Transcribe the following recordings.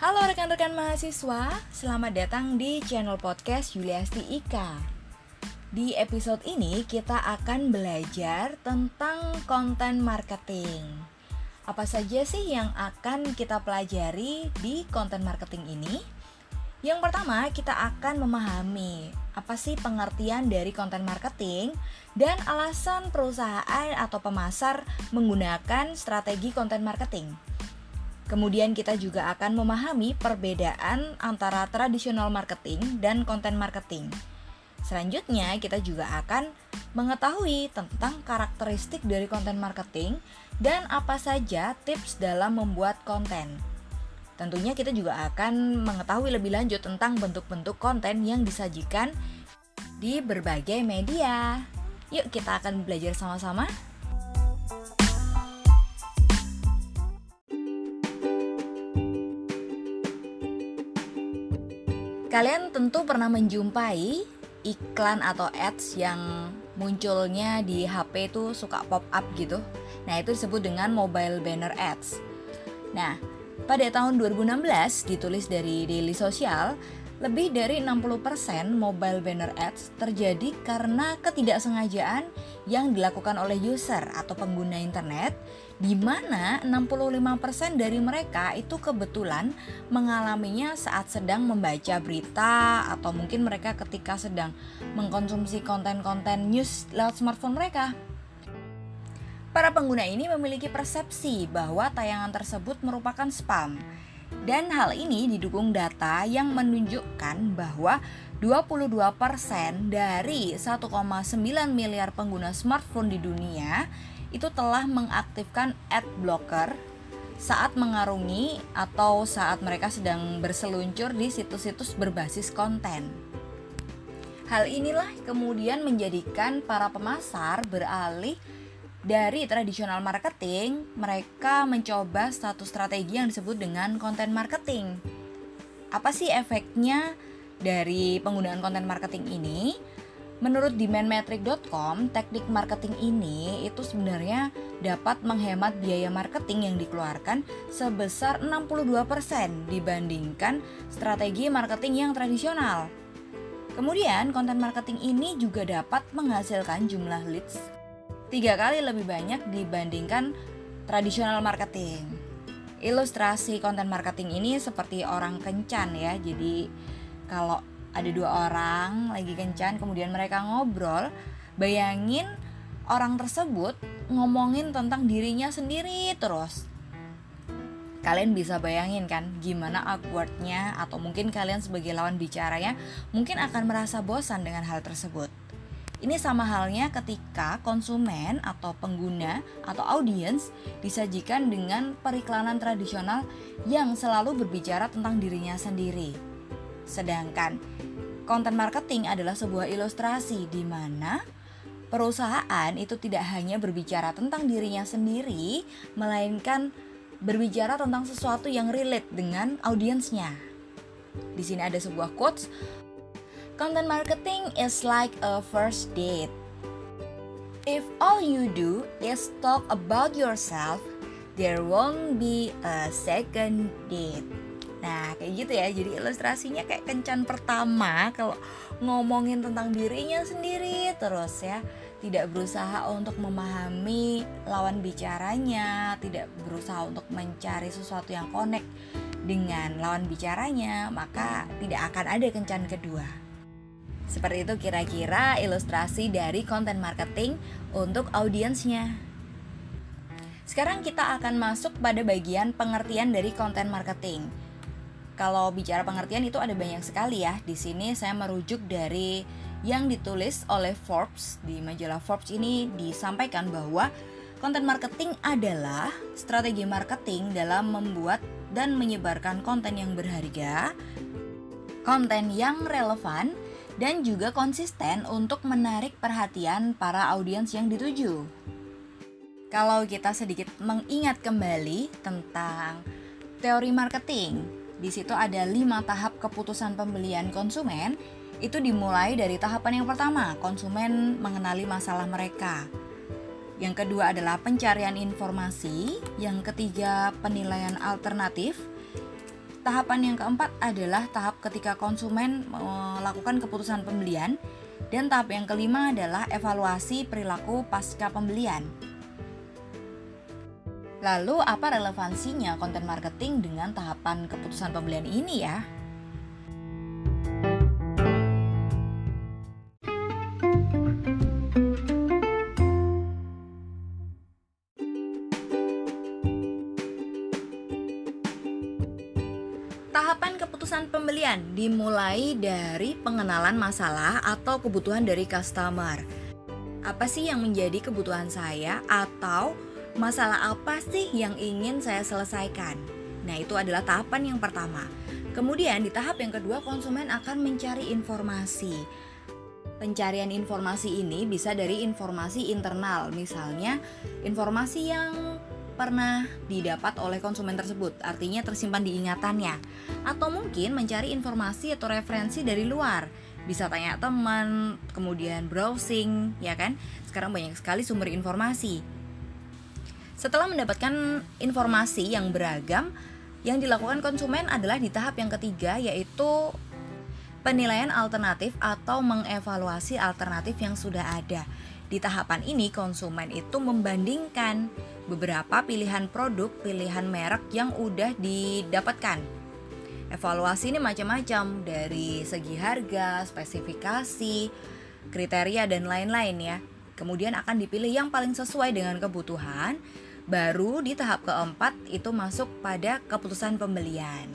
Halo rekan-rekan mahasiswa, selamat datang di channel podcast Yuliasti Ika. Di episode ini kita akan belajar tentang konten marketing. Apa saja sih yang akan kita pelajari di konten marketing ini? Yang pertama, kita akan memahami apa sih pengertian dari konten marketing dan alasan perusahaan atau pemasar menggunakan strategi konten marketing. Kemudian kita juga akan memahami perbedaan antara tradisional marketing dan konten marketing. Selanjutnya kita juga akan mengetahui tentang karakteristik dari konten marketing dan apa saja tips dalam membuat konten. Tentunya kita juga akan mengetahui lebih lanjut tentang bentuk-bentuk konten yang disajikan di berbagai media. Yuk kita akan belajar sama-sama. Kalian tentu pernah menjumpai iklan atau ads yang munculnya di HP itu suka pop up gitu. Nah, itu disebut dengan mobile banner ads. Nah, pada tahun 2016 ditulis dari Daily Social, lebih dari 60% mobile banner ads terjadi karena ketidaksengajaan yang dilakukan oleh user atau pengguna internet, di mana 65% dari mereka itu kebetulan mengalaminya saat sedang membaca berita atau mungkin mereka ketika sedang mengkonsumsi konten-konten news lewat smartphone mereka. Para pengguna ini memiliki persepsi bahwa tayangan tersebut merupakan spam. Dan hal ini didukung data yang menunjukkan bahwa 22% dari 1,9 miliar pengguna smartphone di dunia itu telah mengaktifkan ad blocker saat mengarungi atau saat mereka sedang berseluncur di situs-situs berbasis konten. Hal inilah kemudian menjadikan para pemasar beralih dari tradisional marketing, mereka mencoba satu strategi yang disebut dengan konten marketing. Apa sih efeknya dari penggunaan konten marketing ini? Menurut demandmetric.com, teknik marketing ini itu sebenarnya dapat menghemat biaya marketing yang dikeluarkan sebesar 62% dibandingkan strategi marketing yang tradisional. Kemudian, konten marketing ini juga dapat menghasilkan jumlah leads 3 kali lebih banyak dibandingkan tradisional marketing. Ilustrasi konten marketing ini seperti orang kencan ya. Jadi kalau ada 2 orang lagi kencan kemudian mereka ngobrol, bayangin orang tersebut ngomongin tentang dirinya sendiri terus. Kalian bisa bayangin kan gimana awkwardnya, atau mungkin kalian sebagai lawan bicaranya mungkin akan merasa bosan dengan hal tersebut. Ini sama halnya ketika konsumen atau pengguna atau audiens disajikan dengan periklanan tradisional yang selalu berbicara tentang dirinya sendiri. Sedangkan konten marketing adalah sebuah ilustrasi di mana perusahaan itu tidak hanya berbicara tentang dirinya sendiri, melainkan berbicara tentang sesuatu yang relate dengan audiensnya. Di sini ada sebuah quotes, "Content marketing is like a first date. If all you do is talk about yourself, there won't be a second date." Nah, kayak gitu ya. Jadi ilustrasinya kayak kencan pertama kalau ngomongin tentang dirinya sendiri terus ya. Tidak berusaha untuk memahami lawan bicaranya, tidak berusaha untuk mencari sesuatu yang connect dengan lawan bicaranya, maka tidak akan ada kencan kedua. Seperti itu kira-kira ilustrasi dari konten marketing untuk audiensnya. Sekarang kita akan masuk pada bagian pengertian dari konten marketing. Kalau bicara pengertian itu ada banyak sekali ya. Di sini saya merujuk dari yang ditulis oleh Forbes. Di majalah Forbes ini disampaikan bahwa konten marketing adalah strategi marketing dalam membuat dan menyebarkan konten yang berharga, konten yang relevan, dan juga konsisten untuk menarik perhatian para audiens yang dituju. Kalau kita sedikit mengingat kembali tentang teori marketing, di situ ada 5 tahap keputusan pembelian konsumen. Itu dimulai dari tahapan yang pertama, konsumen mengenali masalah mereka. Yang kedua adalah pencarian informasi. Yang ketiga, penilaian alternatif. Tahapan yang keempat adalah tahap ketika konsumen melakukan keputusan pembelian. Dan tahap yang kelima adalah evaluasi perilaku pasca pembelian. Lalu apa relevansinya konten marketing dengan tahapan keputusan pembelian ini ya? Tahapan keputusan pembelian dimulai dari pengenalan masalah atau kebutuhan dari customer. Apa sih yang menjadi kebutuhan saya atau masalah apa sih yang ingin saya selesaikan? Nah, itu adalah tahapan yang pertama. Kemudian di tahap yang kedua, konsumen akan mencari informasi. Pencarian informasi ini bisa dari informasi internal, misalnya informasi yang pernah didapat oleh konsumen tersebut, artinya tersimpan di ingatannya. Atau mungkin mencari informasi atau referensi dari luar, bisa tanya teman, kemudian browsing, ya kan? Sekarang banyak sekali sumber informasi. Setelah mendapatkan informasi yang beragam, yang dilakukan konsumen adalah di tahap yang ketiga, yaitu penilaian alternatif atau mengevaluasi alternatif yang sudah ada. Di tahapan ini konsumen itu membandingkan beberapa pilihan produk, pilihan merek yang udah didapatkan. Evaluasi ini macam-macam, dari segi harga, spesifikasi, kriteria dan lain-lain ya. Kemudian akan dipilih yang paling sesuai dengan kebutuhan. Baru di tahap keempat itu masuk pada keputusan pembelian.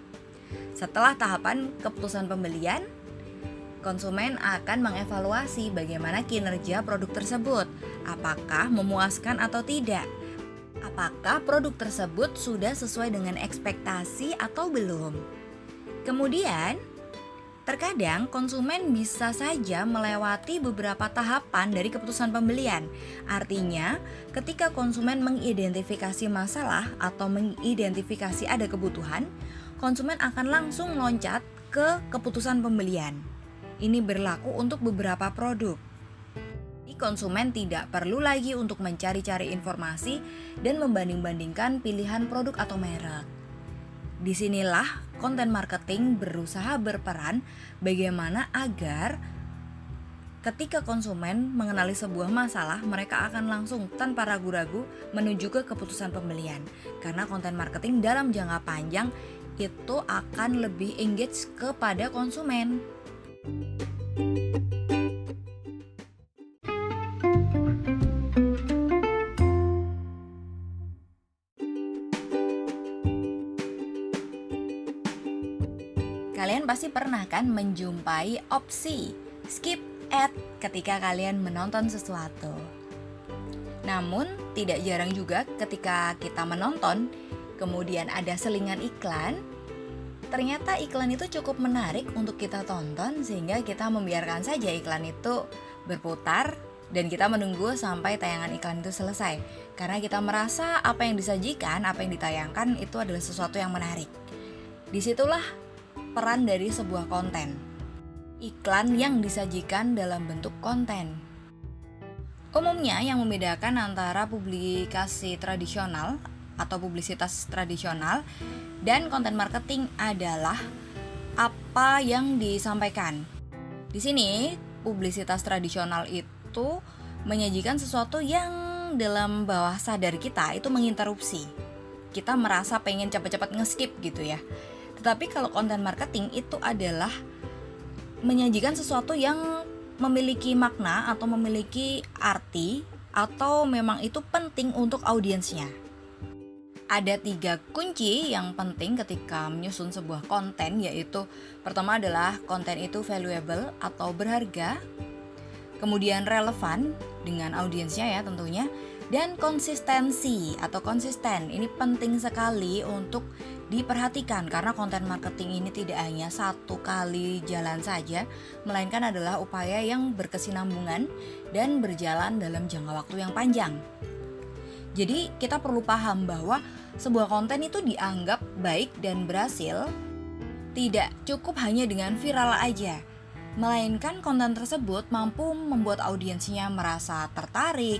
Setelah tahapan keputusan pembelian, konsumen akan mengevaluasi bagaimana kinerja produk tersebut, apakah memuaskan atau tidak. Apakah produk tersebut sudah sesuai dengan ekspektasi atau belum. Kemudian, terkadang konsumen bisa saja melewati beberapa tahapan dari keputusan pembelian. Artinya, ketika konsumen mengidentifikasi masalah atau mengidentifikasi ada kebutuhan, konsumen akan langsung meloncat ke keputusan pembelian. Ini berlaku untuk beberapa produk. Konsumen tidak perlu lagi untuk mencari-cari informasi dan membanding-bandingkan pilihan produk atau merek. Disinilah konten marketing berusaha berperan bagaimana agar ketika konsumen mengenali sebuah masalah, mereka akan langsung tanpa ragu-ragu menuju ke keputusan pembelian. Karena konten marketing dalam jangka panjang itu akan lebih engage kepada konsumen. Kalian pasti pernah kan menjumpai opsi skip ad ketika kalian menonton sesuatu. Namun tidak jarang juga ketika kita menonton, kemudian ada selingan iklan, ternyata iklan itu cukup menarik untuk kita tonton sehingga kita membiarkan saja iklan itu berputar dan kita menunggu sampai tayangan iklan itu selesai. Karena kita merasa apa yang disajikan, apa yang ditayangkan itu adalah sesuatu yang menarik. Disitulah peran dari sebuah konten. Iklan yang disajikan dalam bentuk konten. Umumnya yang membedakan antara publikasi tradisional atau publisitas tradisional dan konten marketing adalah apa yang disampaikan. Di sini publisitas tradisional itu menyajikan sesuatu yang dalam bawah sadar kita itu menginterupsi. Kita merasa pengen cepat-cepat nge-skip gitu ya. Tetapi kalau konten marketing itu adalah menyajikan sesuatu yang memiliki makna atau memiliki arti atau memang itu penting untuk audiensnya. Ada 3 kunci yang penting ketika menyusun sebuah konten, yaitu pertama adalah konten itu valuable atau berharga, kemudian relevan dengan audiensnya ya tentunya, dan konsistensi atau konsisten. Ini penting sekali untuk diperhatikan karena konten marketing ini tidak hanya satu kali jalan saja, melainkan adalah upaya yang berkesinambungan dan berjalan dalam jangka waktu yang panjang. Jadi kita perlu paham bahwa sebuah konten itu dianggap baik dan berhasil tidak cukup hanya dengan viral aja, melainkan konten tersebut mampu membuat audiensnya merasa tertarik,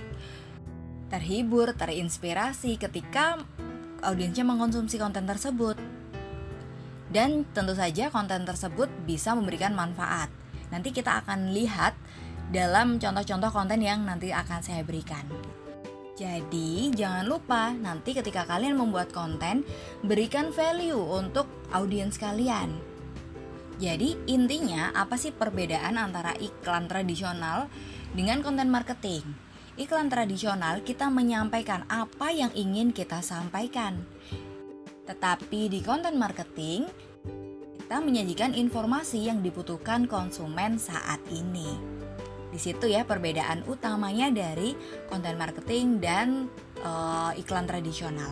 terhibur, terinspirasi ketika audiensnya mengkonsumsi konten tersebut. Dan tentu saja konten tersebut bisa memberikan manfaat. Nanti kita akan lihat dalam contoh-contoh konten yang nanti akan saya berikan. Jadi jangan lupa nanti ketika kalian membuat konten, berikan value untuk audiens kalian. Jadi intinya apa sih perbedaan antara iklan tradisional dengan konten marketing? Iklan tradisional kita menyampaikan apa yang ingin kita sampaikan. Tetapi di konten marketing kita menyajikan informasi yang dibutuhkan konsumen saat ini. Di situ ya perbedaan utamanya dari konten marketing dan iklan tradisional.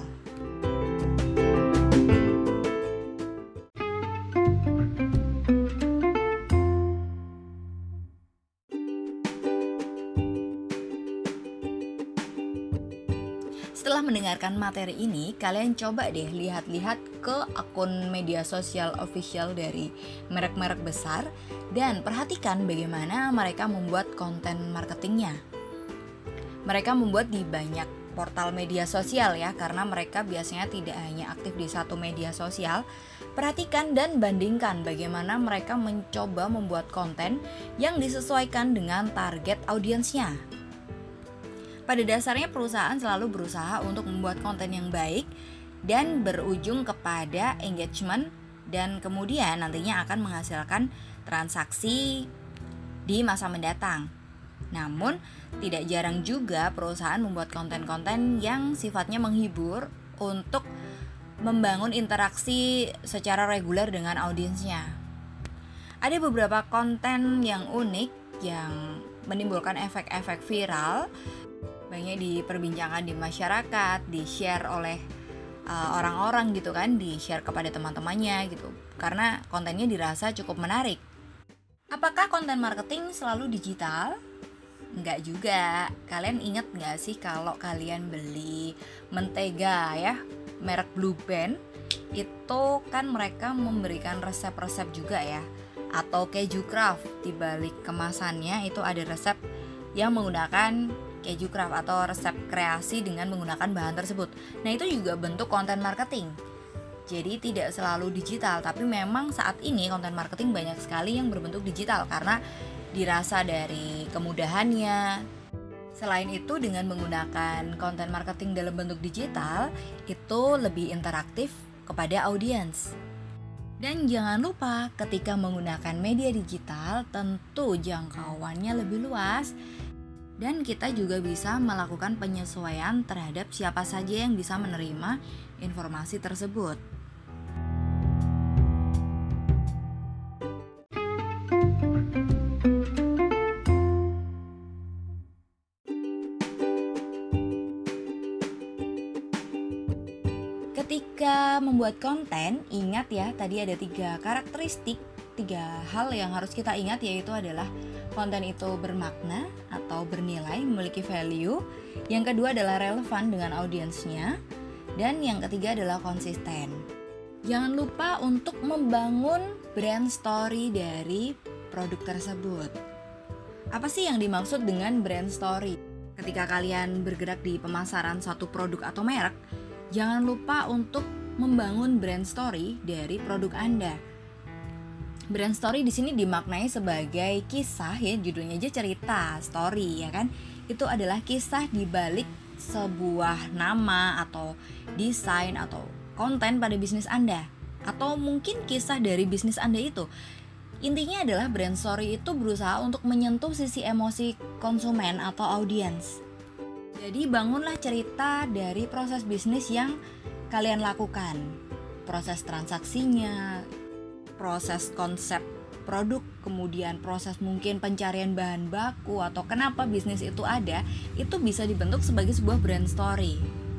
Setelah mendengarkan materi ini, kalian coba deh lihat-lihat ke akun media sosial official dari merek-merek besar dan perhatikan bagaimana mereka membuat konten marketingnya. Mereka membuat di banyak portal media sosial ya, karena mereka biasanya tidak hanya aktif di satu media sosial. Perhatikan dan bandingkan bagaimana mereka mencoba membuat konten yang disesuaikan dengan target audiensnya. Pada dasarnya perusahaan selalu berusaha untuk membuat konten yang baik dan berujung kepada engagement dan kemudian nantinya akan menghasilkan transaksi di masa mendatang. Namun, tidak jarang juga perusahaan membuat konten-konten yang sifatnya menghibur untuk membangun interaksi secara reguler dengan audiensnya. Ada beberapa konten yang unik yang menimbulkan efek-efek viral, banyak diperbincangkan di masyarakat, di-share oleh orang-orang gitu kan, di-share kepada teman-temannya gitu, karena kontennya dirasa cukup menarik. Apakah konten marketing selalu digital? Enggak juga. Kalian ingat gak sih kalau kalian beli mentega ya, merek Blue Band, itu kan mereka memberikan resep-resep juga ya, atau keju craft, di balik kemasannya itu ada resep yang menggunakan keju craft atau resep kreasi dengan menggunakan bahan tersebut. Nah, itu juga bentuk konten marketing. Jadi tidak selalu digital, tapi memang saat ini konten marketing banyak sekali yang berbentuk digital karena dirasa dari kemudahannya. Selain itu, dengan menggunakan konten marketing dalam bentuk digital, itu lebih interaktif kepada audiens. Dan jangan lupa ketika menggunakan media digital, tentu jangkauannya lebih luas. Dan kita juga bisa melakukan penyesuaian terhadap siapa saja yang bisa menerima informasi tersebut. Ketika membuat konten, ingat ya, tadi ada 3 karakteristik, 3 hal yang harus kita ingat, yaitu adalah konten itu bermakna atau bernilai, memiliki value. Yang kedua adalah relevan dengan audiensnya. Dan yang ketiga adalah konsisten. Jangan lupa untuk membangun brand story dari produk tersebut. Apa sih yang dimaksud dengan brand story? Ketika kalian bergerak di pemasaran satu produk atau merek, jangan lupa untuk membangun brand story dari produk Anda. Brand story di sini dimaknai sebagai kisah ya, judulnya aja cerita, story ya kan. Itu adalah kisah di balik sebuah nama atau desain atau konten pada bisnis Anda, atau mungkin kisah dari bisnis Anda itu. Intinya adalah brand story itu berusaha untuk menyentuh sisi emosi konsumen atau audiens. Jadi bangunlah cerita dari proses bisnis yang kalian lakukan, proses transaksinya, proses konsep produk, kemudian proses mungkin pencarian bahan baku atau kenapa bisnis itu ada, itu bisa dibentuk sebagai sebuah brand story.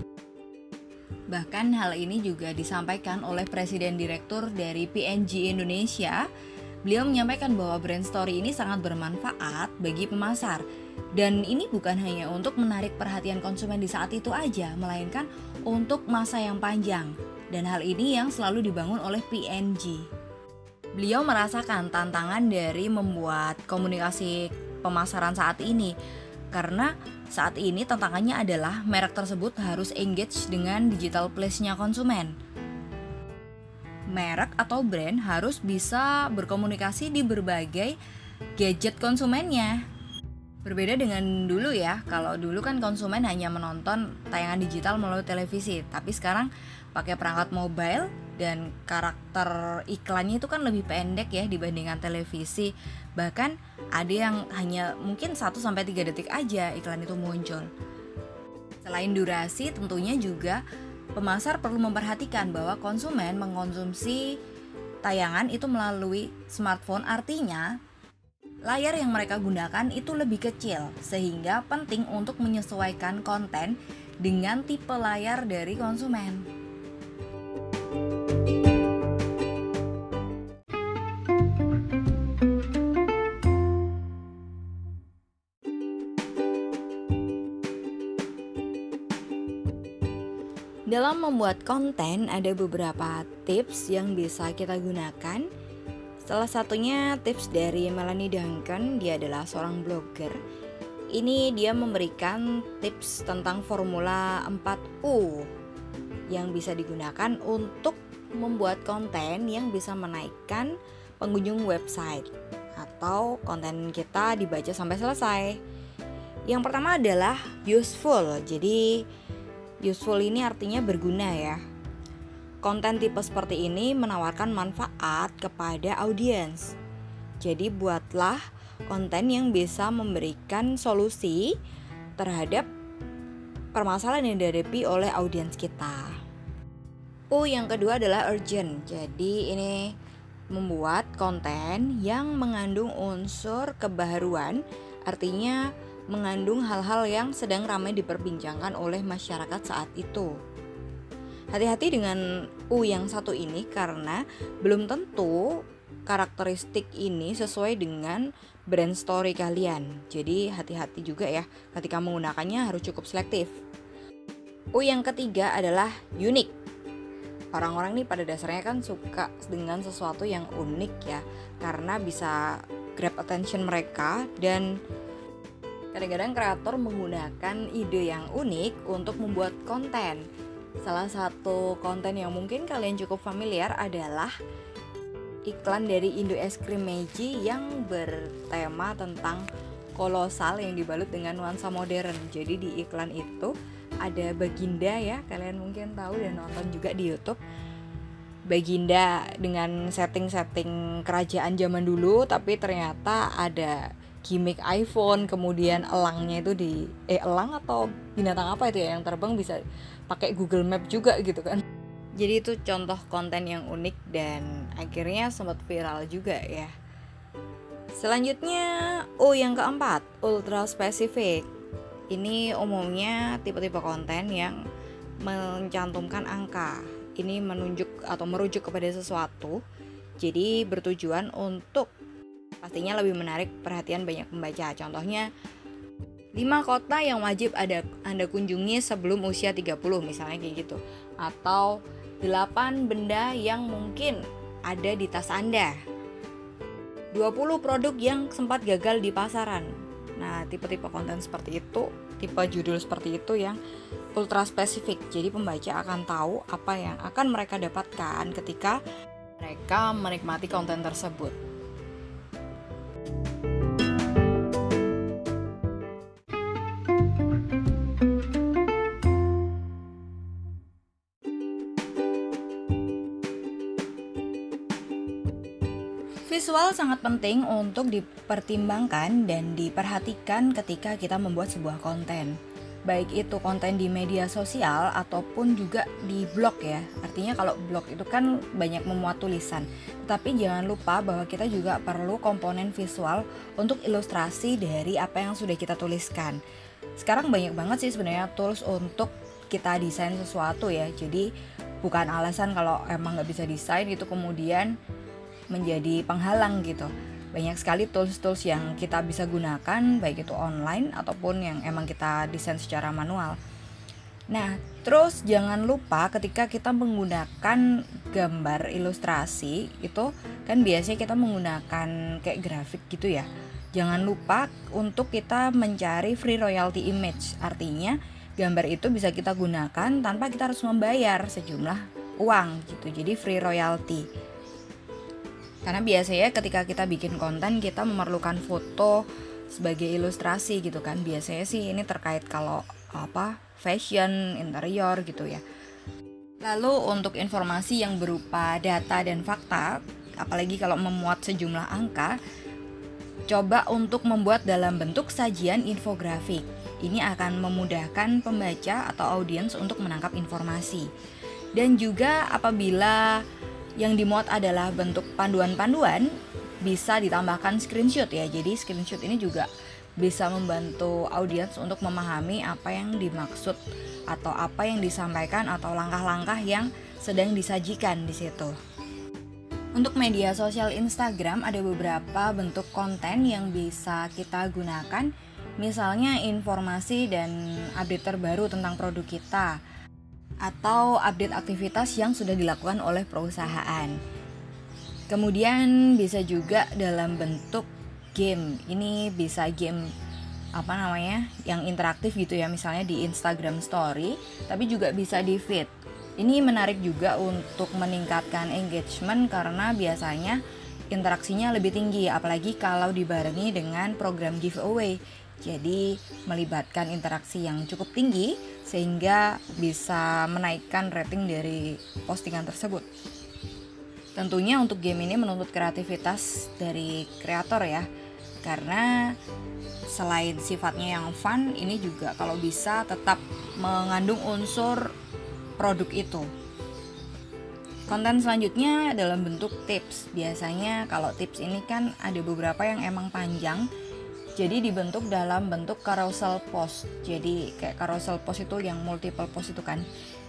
Bahkan hal ini juga disampaikan oleh Presiden Direktur dari P&G Indonesia. Beliau menyampaikan bahwa brand story ini sangat bermanfaat bagi pemasar. Dan ini bukan hanya untuk menarik perhatian konsumen di saat itu aja, melainkan untuk masa yang panjang. Dan hal ini yang selalu dibangun oleh P&G. Beliau merasakan tantangan dari membuat komunikasi pemasaran saat ini, karena saat ini tantangannya adalah merek tersebut harus engage dengan digital place-nya konsumen. merek atau brand harus bisa berkomunikasi di berbagai gadget konsumennya. Berbeda dengan dulu ya, kalau dulu kan konsumen hanya menonton tayangan digital melalui televisi, tapi sekarang pakai perangkat mobile dan karakter iklannya itu kan lebih pendek ya dibandingkan televisi. Bahkan ada yang hanya mungkin 1-3 detik aja iklan itu muncul. Selain durasi, tentunya juga pemasar perlu memperhatikan bahwa konsumen mengkonsumsi tayangan itu melalui smartphone, artinya layar yang mereka gunakan itu lebih kecil, sehingga penting untuk menyesuaikan konten dengan tipe layar dari konsumen. Dalam membuat konten ada beberapa tips yang bisa kita gunakan. Salah satunya tips dari Melanie Duncan, dia adalah seorang blogger. Ini dia memberikan tips tentang formula 4U yang bisa digunakan untuk membuat konten yang bisa menaikkan pengunjung website atau konten kita dibaca sampai selesai. Yang pertama adalah useful. Jadi useful ini artinya berguna ya. Konten tipe seperti ini menawarkan manfaat kepada audiens. Jadi buatlah konten yang bisa memberikan solusi terhadap permasalahan yang dihadapi oleh audiens kita. Yang kedua adalah urgent. Jadi ini membuat konten yang mengandung unsur kebaharuan, artinya mengandung hal-hal yang sedang ramai diperbincangkan oleh masyarakat saat itu. Hati-hati dengan yang satu ini karena belum tentu karakteristik ini sesuai dengan brand story kalian. Jadi hati-hati juga ya, ketika menggunakannya harus cukup selektif. Yang ketiga adalah unik. Orang-orang nih pada dasarnya kan suka dengan sesuatu yang unik ya, karena bisa grab attention mereka, dan kadang-kadang kreator menggunakan ide yang unik untuk membuat konten. Salah satu konten yang mungkin kalian cukup familiar adalah iklan dari Indo Es Krim Meiji yang bertema tentang kolosal yang dibalut dengan nuansa modern. Jadi di iklan itu ada Baginda ya, kalian mungkin tahu dan nonton juga di YouTube. Baginda dengan setting-setting kerajaan zaman dulu, tapi ternyata ada gimmick iPhone, kemudian elangnya itu elang atau binatang apa itu ya yang terbang bisa pakai Google Map juga gitu kan. Jadi itu contoh konten yang unik dan akhirnya sempat viral juga ya. Selanjutnya yang keempat, ultra spesifik. Ini umumnya tipe-tipe konten yang mencantumkan angka. Ini menunjuk atau merujuk kepada sesuatu. Jadi bertujuan untuk pastinya lebih menarik perhatian banyak pembaca. Contohnya 5 kota yang wajib Anda kunjungi sebelum usia 30 misalnya kayak gitu. Atau 8 benda yang mungkin ada di tas Anda. 20 produk yang sempat gagal di pasaran. Nah, tipe-tipe konten seperti itu, tipe judul seperti itu yang ultra spesifik. Jadi pembaca akan tahu apa yang akan mereka dapatkan ketika mereka menikmati konten tersebut. Visual sangat penting untuk dipertimbangkan dan diperhatikan ketika kita membuat sebuah konten. Baik itu konten di media sosial ataupun juga di blog ya. Artinya kalau blog itu kan banyak memuat tulisan. Tapi jangan lupa bahwa kita juga perlu komponen visual untuk ilustrasi dari apa yang sudah kita tuliskan. Sekarang banyak banget sih sebenarnya tools untuk kita desain sesuatu ya. Jadi bukan alasan kalau emang nggak bisa desain itu kemudian menjadi penghalang gitu. Banyak sekali tools-tools yang kita bisa gunakan, baik itu online ataupun yang emang kita desain secara manual. Nah, terus jangan lupa ketika kita menggunakan gambar ilustrasi itu kan biasanya kita menggunakan kayak grafik gitu ya. Jangan lupa untuk kita mencari free royalty image. Artinya gambar itu bisa kita gunakan tanpa kita harus membayar sejumlah uang gitu, jadi free royalty. Karena biasanya ketika kita bikin konten kita memerlukan foto sebagai ilustrasi gitu kan. Biasanya sih ini terkait kalau fashion, interior gitu ya. Lalu untuk informasi yang berupa data dan fakta, apalagi kalau memuat sejumlah angka, coba untuk membuat dalam bentuk sajian infografik. Ini akan memudahkan pembaca atau audiens untuk menangkap informasi. Dan juga apabila yang dimuat adalah bentuk panduan-panduan, bisa ditambahkan screenshot ya. Jadi screenshot ini juga bisa membantu audiens untuk memahami apa yang dimaksud atau apa yang disampaikan atau langkah-langkah yang sedang disajikan di situ. Untuk media sosial Instagram ada beberapa bentuk konten yang bisa kita gunakan. Misalnya informasi dan update terbaru tentang produk kita, atau update aktivitas yang sudah dilakukan oleh perusahaan. Kemudian bisa juga dalam bentuk game. Ini bisa game yang interaktif gitu ya, misalnya di Instagram Story, tapi juga bisa di feed. Ini menarik juga untuk meningkatkan engagement karena biasanya interaksinya lebih tinggi, apalagi kalau dibarengi dengan program giveaway. Jadi melibatkan interaksi yang cukup tinggi sehingga bisa menaikkan rating dari postingan tersebut. Tentunya untuk game ini menuntut kreativitas dari kreator ya, karena selain sifatnya yang fun, ini juga kalau bisa tetap mengandung unsur produk itu. Konten selanjutnya dalam bentuk tips. Biasanya kalau tips ini kan ada beberapa yang emang panjang, jadi dibentuk dalam bentuk carousel post. Jadi kayak carousel post itu yang multiple post itu kan.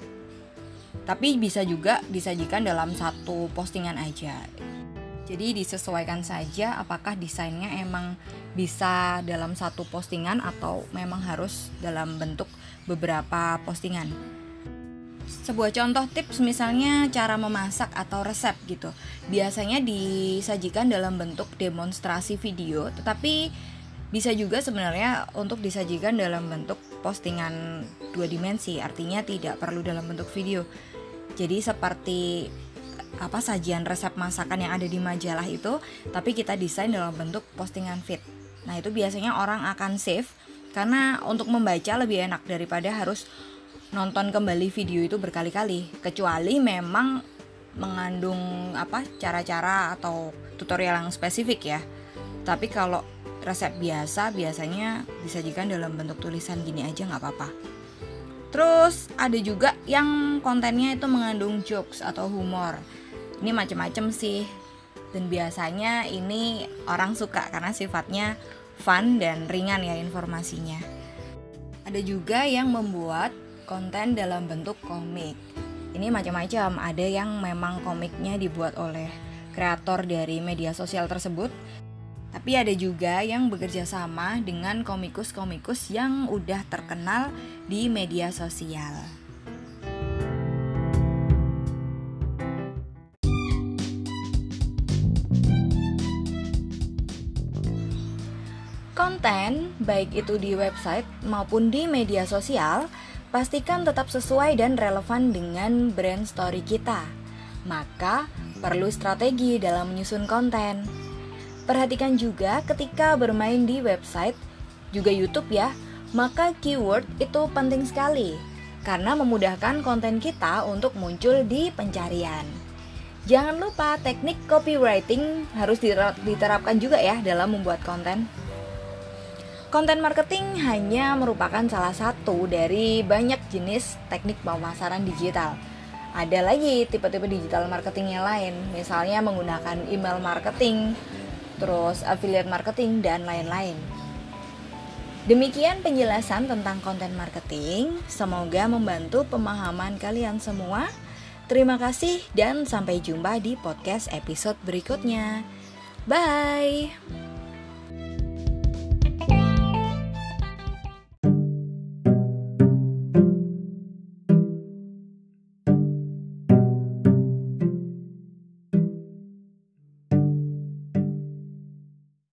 Tapi bisa juga disajikan dalam satu postingan aja. Jadi disesuaikan saja apakah desainnya emang bisa dalam satu postingan atau memang harus dalam bentuk beberapa postingan. Sebuah contoh tips misalnya cara memasak atau resep gitu. Biasanya disajikan dalam bentuk demonstrasi video, tetapi bisa juga sebenarnya untuk disajikan dalam bentuk postingan 2 dimensi, artinya tidak perlu dalam bentuk video. Jadi seperti sajian resep masakan yang ada di majalah itu, tapi kita desain dalam bentuk postingan feed. Nah, itu biasanya orang akan save karena untuk membaca lebih enak daripada harus nonton kembali video itu berkali-kali, kecuali memang mengandung cara-cara atau tutorial yang spesifik ya. Tapi kalau resep biasanya disajikan dalam bentuk tulisan gini aja nggak apa-apa. Terus ada juga yang kontennya itu mengandung jokes atau humor. Ini macam-macam sih, dan biasanya ini orang suka karena sifatnya fun dan ringan ya informasinya. Ada juga yang membuat konten dalam bentuk komik. Ini macam-macam, ada yang memang komiknya dibuat oleh kreator dari media sosial tersebut. Tapi ada juga yang bekerja sama dengan komikus-komikus yang udah terkenal di media sosial. Konten, baik itu di website maupun di media sosial, pastikan tetap sesuai dan relevan dengan brand story kita. Maka, perlu strategi dalam menyusun konten. Perhatikan juga ketika bermain di website, juga YouTube ya, maka keyword itu penting sekali karena memudahkan konten kita untuk muncul di pencarian. Jangan lupa teknik copywriting harus diterapkan juga ya dalam membuat konten. Konten marketing hanya merupakan salah satu dari banyak jenis teknik pemasaran digital. Ada lagi tipe-tipe digital marketing yang lain, misalnya menggunakan email marketing, terus affiliate marketing, dan lain-lain. Demikian penjelasan tentang konten marketing. Semoga membantu pemahaman kalian semua. Terima kasih dan sampai jumpa di podcast episode berikutnya. Bye!